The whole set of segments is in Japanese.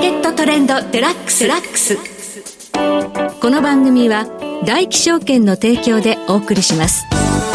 ケットトレンドデラックス。この番組は大気証券の提供でお送りします。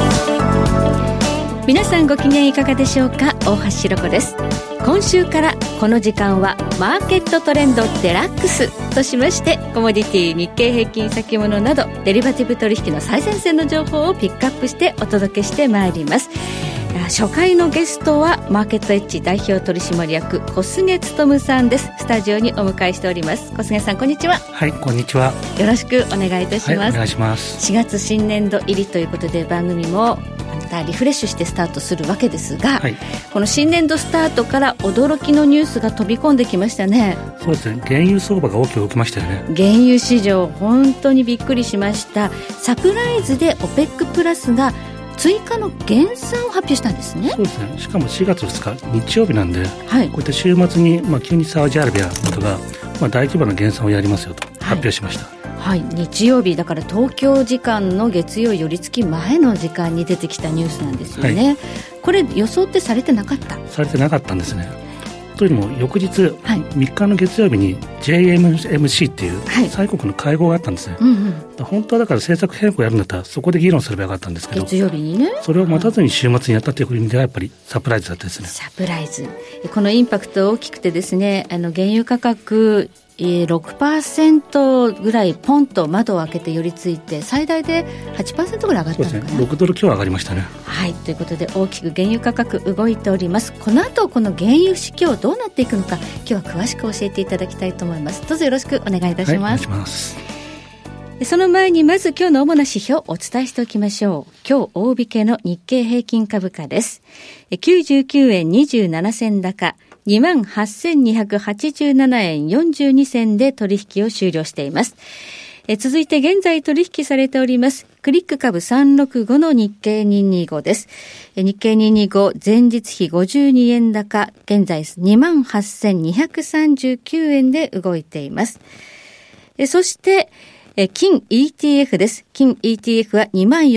皆さんご機嫌いかがでしょうか。大橋ひろ子です。今週からこの時間はマーケットトレンドデラックスとしまして、コモディティ、日経平均先物などデリバティブ取引の最前線の情報をピックアップしてお届けしてまいります。初回のゲストはマーケットエッジ代表取締役小菅勉さんです。スタジオにお迎えしております。小菅さん、こんにちは。 はい、こんにちは。 よろしくお願いいたします。 はい、お願いします。 4月新年度入りということで、番組もまたリフレッシュしてスタートするわけですが、はい、この新年度スタートから驚きのニュースが飛び込んできましたね。 そうですね、原油相場が大きく動きましたよね。 原油市場本当にびっくりしました。サプライズで OPEC プラスが追加の減産を発表したんですね。 そうですね、しかも4月2日日曜日なんで、 はい、 こういった週末に、急にサウジアラビアなどが、大規模な減産をやりますよと発表しました。 はい、日曜日だから東京時間の月曜寄り付き前の時間に出てきたニュースなんですよね。はい、これ予想ってされてなかった？ されてなかったんですね。というのも翌日、3日の月曜日に JMMC っていう最国の会合があったんですね。本当はだから政策変更やるんだったらそこで議論すればよかったんですけど、 月曜日にね、 それを待たずに週末にやったという意味ではやっぱりサプライズだったですね。 サプライズ、このインパクト大きくてですね、原油価格6% ぐらいポンと窓を開けて寄り付いて、最大で 8% ぐらい上がったのかな。そうですね、6 ドル強上がりましたね。 はい、ということで大きく原油価格動いております。この後この原油市況どうなっていくのか、今日は詳しく教えていただきたいと思います。どうぞよろしくお願いいたします。 はい、お願いします。 その前にまず今日の主な指標をお伝えしておきましょう。今日大引けの日経平均株価です。99円27銭高、28,287 円42銭で取引を終了しています。続いて現在取引されておりますクリック株365の日経225です。日経225前日比52円高、現在 28,239 円で動いています。そして金 ETF です。金 ETF は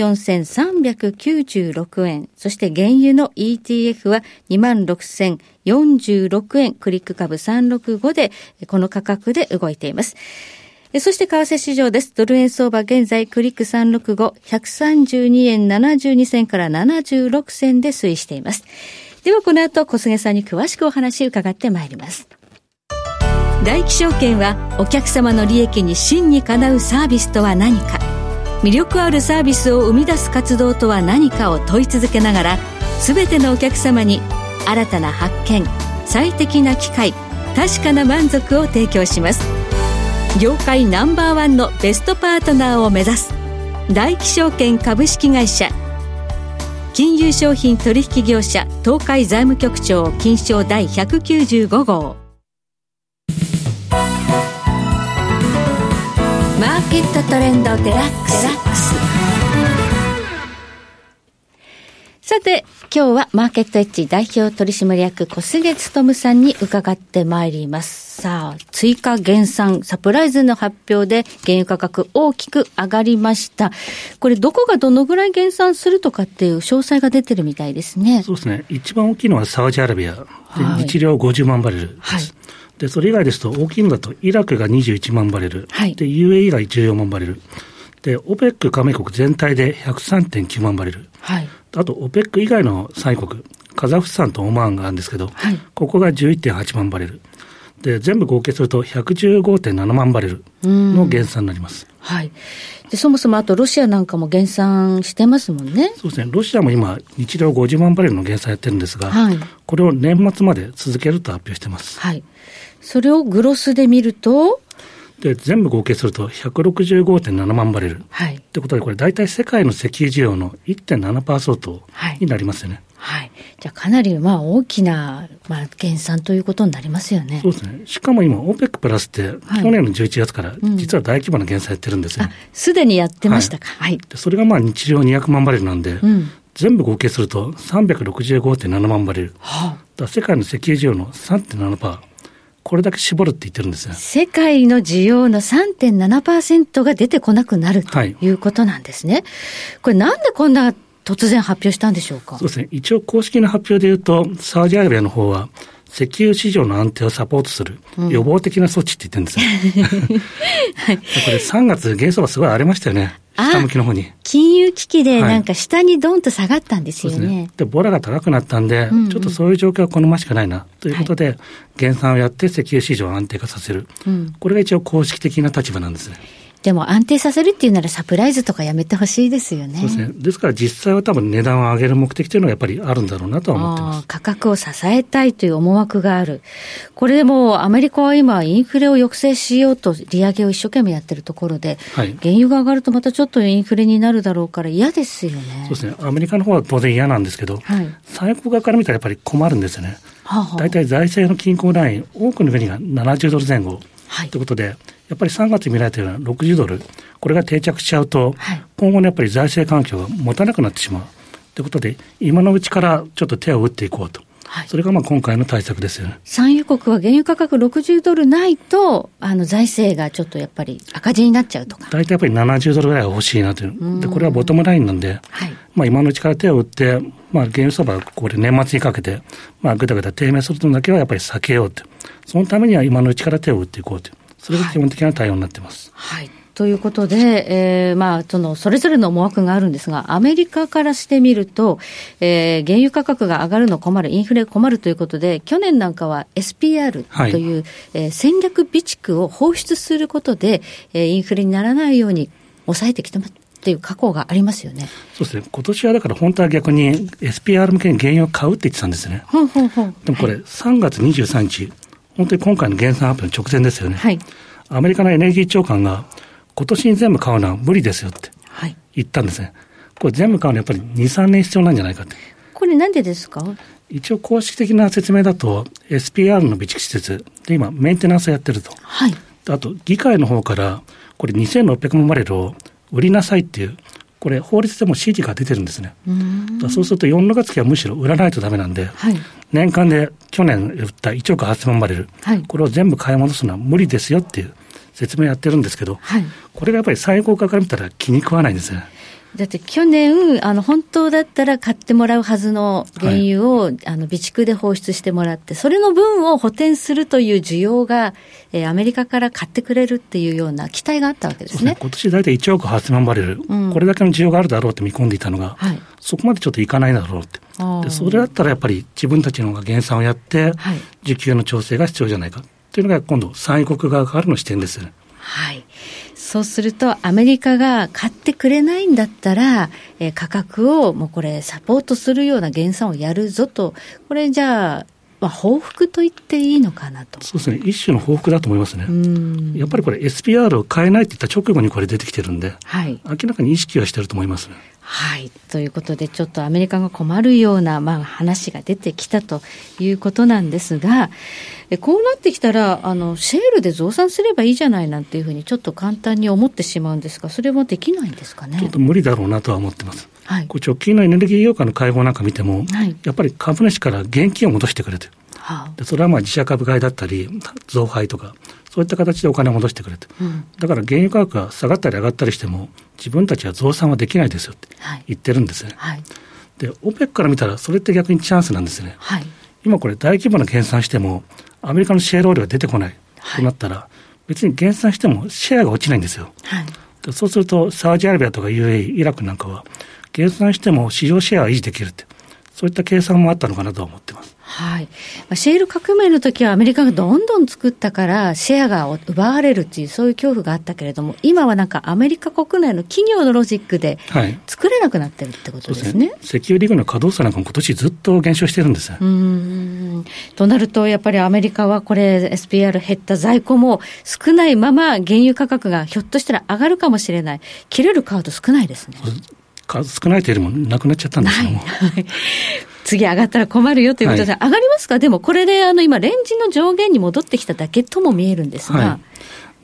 24,396 円。そして原油の ETF は 26,046 円。クリック株365でこの価格で動いています。そして為替市場です。ドル円相場現在クリック365、132円72銭から76銭で推移しています。ではこの後小菅さんに詳しくお話伺ってまいります。大気証券はお客様の利益に真にかなうサービスとは何か、魅力あるサービスを生み出す活動とは何かを問い続けながら、すべてのお客様に新たな発見、最適な機会、確かな満足を提供します。業界ナンバーワンのベストパートナーを目指す大気証券株式会社、金融商品取引業者東海財務局長金商第195号。マーケットトレンドデラックス。さて今日はマーケットエッジ代表取締役小菅勉さんに伺ってまいります。さあ、追加減産サプライズの発表で原油価格大きく上がりました。これどこがどのぐらい減産するとかっていう詳細が出てるみたいですね。 そうですね、一番大きいのはサウジアラビアで、日量50万バレルです。はい、でそれ以外ですと大きいのだとイラクが21万バレル、はい、で UAE が14万バレルで OPEC 加盟国全体で 103.9 万バレル、はい、あと OPEC 以外の産油国カザフスタンとオマーンがあるんですけど、はい、ここが 11.8 万バレルで全部合計すると 115.7 万バレルの減産になります。 はい、でそもそもあとロシアなんかも減産してますもんね。 そうですね、ロシアも今日量50万バレルの減産やってるんですが、はい、これを年末まで続けると発表してます。 はい、それをグロスで見るとで全部合計すると 165.7 万バレル、はい、ということでこれ大体世界の石油需要の 1.7% になりますよね。 はい、じゃあかなり大きな減産ということになりますよね。 そうですね、しかも今 OPEC プラスって去年の11月から実は大規模な減産やってるんですよ、 すでにやってましたか。はい、 でそれが日量200万バレルなんで、全部合計すると 365.7 万バレル、だ世界の石油需要の 3.7%、これだけ絞るって言ってるんですよ。 世界の需要の 3.7% が出てこなくなるということなんですね。これなんでこんな突然発表したんでしょうか。 そうですね、一応公式な発表でいうとサウジアラビアの方は石油市場の安定をサポートする予防的な措置って言ってるんですよ。はい、これ3月原油相場すごい荒れましたよね。下向きの方に。 金融危機でなんか下にドンと下がったんですよね。はい、そうですね。 で、ボラが高くなったんで、ちょっとそういう状況は好ましくないな、ということで、減産をやって石油市場を安定化させる。これが一応公式的な立場なんですね。 でも安定させるっていうならサプライズとかやめてほしいですよね。 そうですね。ですから実際は多分値段を上げる目的というのがやっぱりあるんだろうなとは思ってます。 価格を支えたいという思惑がある。これでもアメリカは今インフレを抑制しようと利上げを一生懸命やってるところで、はい、原油が上がるとまたちょっとインフレになるだろうから嫌ですよね。 そうですね。アメリカの方は当然嫌なんですけど、はい、産油国側から見たらやっぱり困るんですよね。大体財政の均衡ライン、多くの国が70ドル前後。はい、ということで、やっぱり3月に見られたような60ドル、これが定着しちゃうと、はい、今後のやっぱり財政環境が持たなくなってしまうということで、今のうちからちょっと手を打っていこうと。はい、それがまあ今回の対策ですよね。 産油国は原油価格60ドルないと、財政がちょっとやっぱり赤字になっちゃうとか。 大体やっぱり70ドルぐらいは欲しいなという。で、これはボトムラインなんで、はい、まあ今のうちから手を打って、まあ原油相場はこれ年末にかけて、まあぐだぐだ低迷するのだけはやっぱり避けようと。そのためには今のうちから手を打っていこうという。それが基本的な対応になっています。 はい。ということで、まあ、それぞれの思惑があるんですが、アメリカからしてみると、原油価格が上がるの困る、インフレ困るということで、去年なんかは SPR という、はい、戦略備蓄を放出することで、インフレにならないように抑えてきたっていう過去がありますよね。 そうですね。今年はだから本当は逆に SPR 向けに原油を買うって言ってたんですね。でもこれ3月23日、本当に今回の減産発表の直前ですよね。はい。アメリカのエネルギー長官が今年に全部買うのは無理ですよって言ったんですね。はい、これ全部買うのはやっぱり2、3年必要なんじゃないかって。 これなんでですか？ 一応公式的な説明だと SPR の備蓄施設で今メンテナンスをやってると。はい。あと議会の方からこれ2600万バレルを売りなさいっていう、これ法律でも指示が出てるんですね。そうすると4、6月期はむしろ売らないとダメなんで、はい、年間で去年売った1億8000万バレル、はい、これを全部買い戻すのは無理ですよっていう説明やってるんですけど、はい、これがやっぱり最高価から見たら気に食わないんですね。 だって去年本当だったら買ってもらうはずの原油を、はい、備蓄で放出してもらって、それの分を補填するという需要が、アメリカから買ってくれるっていうような期待があったわけですね。 そうですね。今年大体1億8000万バレル、これだけの需要があるだろうって見込んでいたのが、はい、そこまでちょっといかないだろうって。でそれだったらやっぱり自分たちの方が減産をやって、はい、需給の調整が必要じゃないかっていうのが今度産油国側からの視点ですね。 はい。そうするとアメリカが買ってくれないんだったら、価格をもうこれサポートするような減産をやるぞと、これじゃあ、報復と言っていいのかなと。 そうですね。一種の報復だと思いますね。やっぱりこれ SPR を変えないって言った直後にこれ出てきてるんで、はい、明らかに意識はしてると思いますね。 はい。ということで、ちょっとアメリカが困るような、話が出てきたということなんですが、こうなってきたら、シェールで増産すればいいじゃないなんていうふうにちょっと簡単に思ってしまうんですが、それもできないんですかね。 ちょっと無理だろうなとは思ってます。はい。直近のエネルギー業界の会合なんか見ても、はい、やっぱり株主から現金を戻してくれと。でそれは自社株買いだったり、増配とか、そういった形でお金を戻してくれと。だから原油価格が下がったり上がったりしても、自分たちは増産はできないですよって言ってるんですね。はい、で、OPEC から見たら、それって逆にチャンスなんですね。はい、今これ大規模な減産しても、アメリカのシェールオイルが出てこないとなったら、別に減産してもシェアが落ちないんですよ。はい、でそうすると、サウジアラビアとか UAE、イラクなんかは、減産しても市場シェアは維持できるって、そういった計算もあったのかなと思ってます。 はい。シェール革命の時はアメリカがどんどん作ったからシェアが奪われるっていうそういう恐怖があったけれども、今はなんかアメリカ国内の企業のロジックで作れなくなってるってことですね。はい、 石油リグの稼働差なんかも今年ずっと減少してるんです。 となるとやっぱりアメリカはこれ SPR 減った在庫も少ないまま原油価格がひょっとしたら上がるかもしれない。切れるカード少ないですね。 少ないというよりもなくなっちゃったんですよ。はい、 次上がったら困るよということで、はい、上がりますか？でもこれで今レンジの上限に戻ってきただけとも見えるんですが、はい、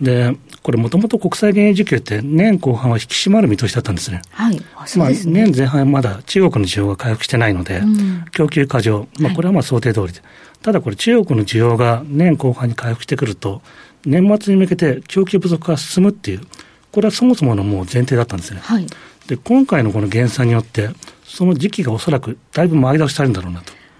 でこれもともと国際原油需給って年後半は引き締まる見通しだったんですね。はい。そうですね。年前半まだ中国の需要が回復してないので、供給過剰、これは想定通りで、ただこれ中国の需要が年後半に回復してくると年末に向けて供給不足が進むっていう、これはそもそものもう前提だったんですね。はい。で今回のこの減産によってその時期がおそらくだいぶ前倒しされるんだろうなと。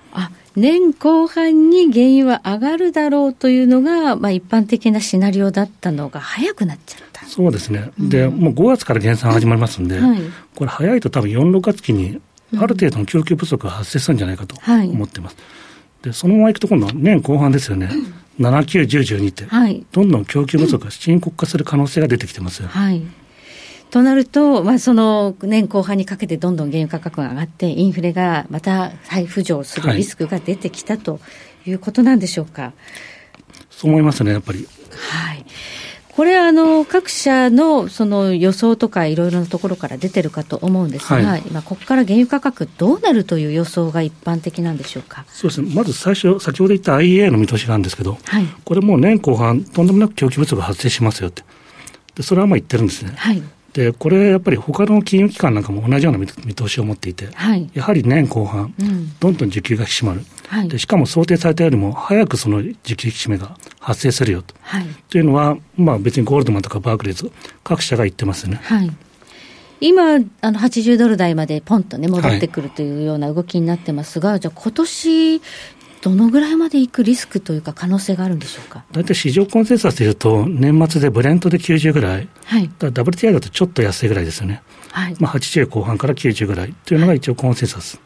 年後半に原油は上がるだろうというのが、一般的なシナリオだったのが早くなっちゃった。 そうですね。で、もう5月から減産始まりますんで、これ早いと多分4、6月期にある程度の供給不足が発生するんじゃないかと思っています。で、そのままいくと今度年後半ですよね。7、9、10、12って、どんどん供給不足が深刻化する可能性が出てきてます。 となると、その年後半にかけてどんどん原油価格が上がってインフレがまた再浮上するリスクが出てきたということなんでしょうか。 そう思いますね、やっぱり。 これ各社のその予想とかいろいろなところから出てるかと思うんですが、今ここから原油価格どうなるという予想が一般的なんでしょうか。 そうですね。まず先ほど言った IEA の見通しなんですけど、これもう年後半とんでもなく供給不足が発生しますよって。でそれは言ってるんですね。でこれやっぱり他の金融機関なんかも同じような見通しを持っていて、やはり年後半、どんどん需給が引き締まる、でしかも想定されたよりも早くその需給引き締めが発生するよと、というのは、別にゴールドマンとかバークレーズ各社が言ってますね。 今80ドル台までポンとね戻ってくるというような動きになってますが、じゃあ今年どのぐらいまでいくリスクというか可能性があるんでしょうか。 だいたい市場コンセンサスでいうと年末でブレントで90ぐらい、WTI だとちょっと安いぐらいですよね。80後半から90ぐらいというのが一応コンセンサス。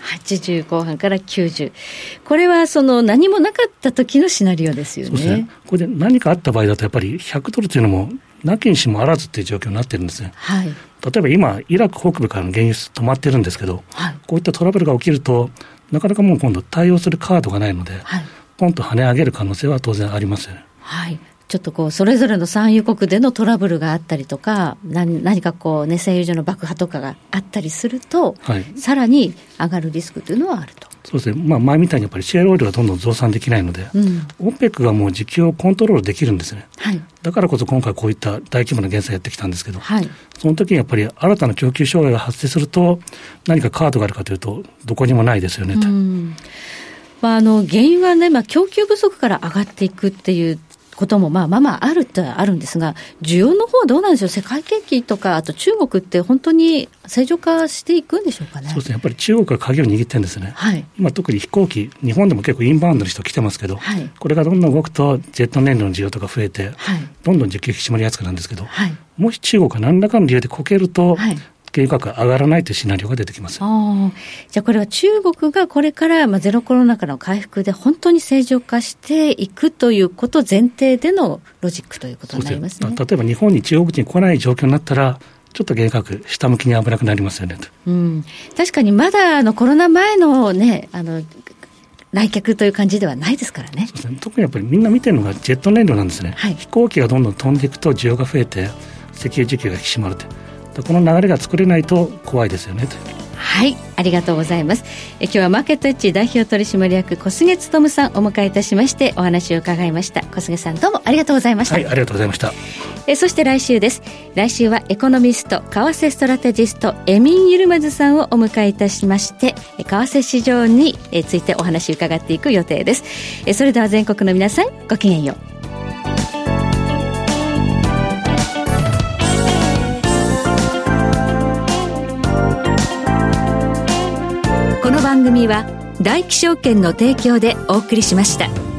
80後半から90、これはその何もなかった時のシナリオですよね。 そうですね。これで何かあった場合だとやっぱり100ドルというのもなきにしもあらずという状況になってるんですね。例えば今イラク北部からの原油止まってるんですけど、こういったトラブルが起きるとなかなかもう今度対応するカードがないので、ポンと跳ね上げる可能性は当然ありますよね。 ちょっとそれぞれの産油国でのトラブルがあったりとか、何か製油所の爆破とかがあったりすると、さらに上がるリスクというのはあると。 そうですね。前みたいにやっぱりシェールオイルがどんどん増産できないので、OPEC がもう需給をコントロールできるんですね。だからこそ今回こういった大規模な減産やってきたんですけど、その時にやっぱり新たな供給障害が発生すると何かカードがあるかというとどこにもないですよね。 原油はね、供給不足から上がっていくっていうこともあるってあるんですが、需要の方はどうなんでしょう。世界景気とかあと中国って本当に正常化していくんでしょうかね。 そうですね。やっぱり中国が鍵を握ってるんですね。今特に飛行機、日本でも結構インバウンドの人来てますけど、これがどんどん動くとジェット燃料の需要とか増えて、どんどん需給引き締まりやすくなるんですけど、もし中国が何らかの理由でこけると、原油価格が上がらないというシナリオが出てきます。じゃあこれは中国がこれからゼロコロナ禍の回復で本当に正常化していくということ前提でのロジックということになりますね。 例えば日本に中国人来ない状況になったらちょっと原油価格下向きに危なくなりますよねと。 確かにまだコロナ前のね来客という感じではないですからね。 そうですね。特にやっぱりみんな見てるのがジェット燃料なんですね。飛行機がどんどん飛んでいくと需要が増えて石油需給が引き締まると。この流れが作れないと怖いですよねと。 ありがとうございます。今日はマーケットエッジ代表取締役小菅勉さんお迎えいたしましてお話を伺いました。小菅さんどうもありがとうございました。 ありがとうございました。 そして来週です。来週はエコノミスト為替ストラテジストエミン・ユルマズさんをお迎えいたしまして為替市場についてお話を伺っていく予定です。それでは全国の皆さんごきげんよう。この番組は大気証券の提供でお送りしました。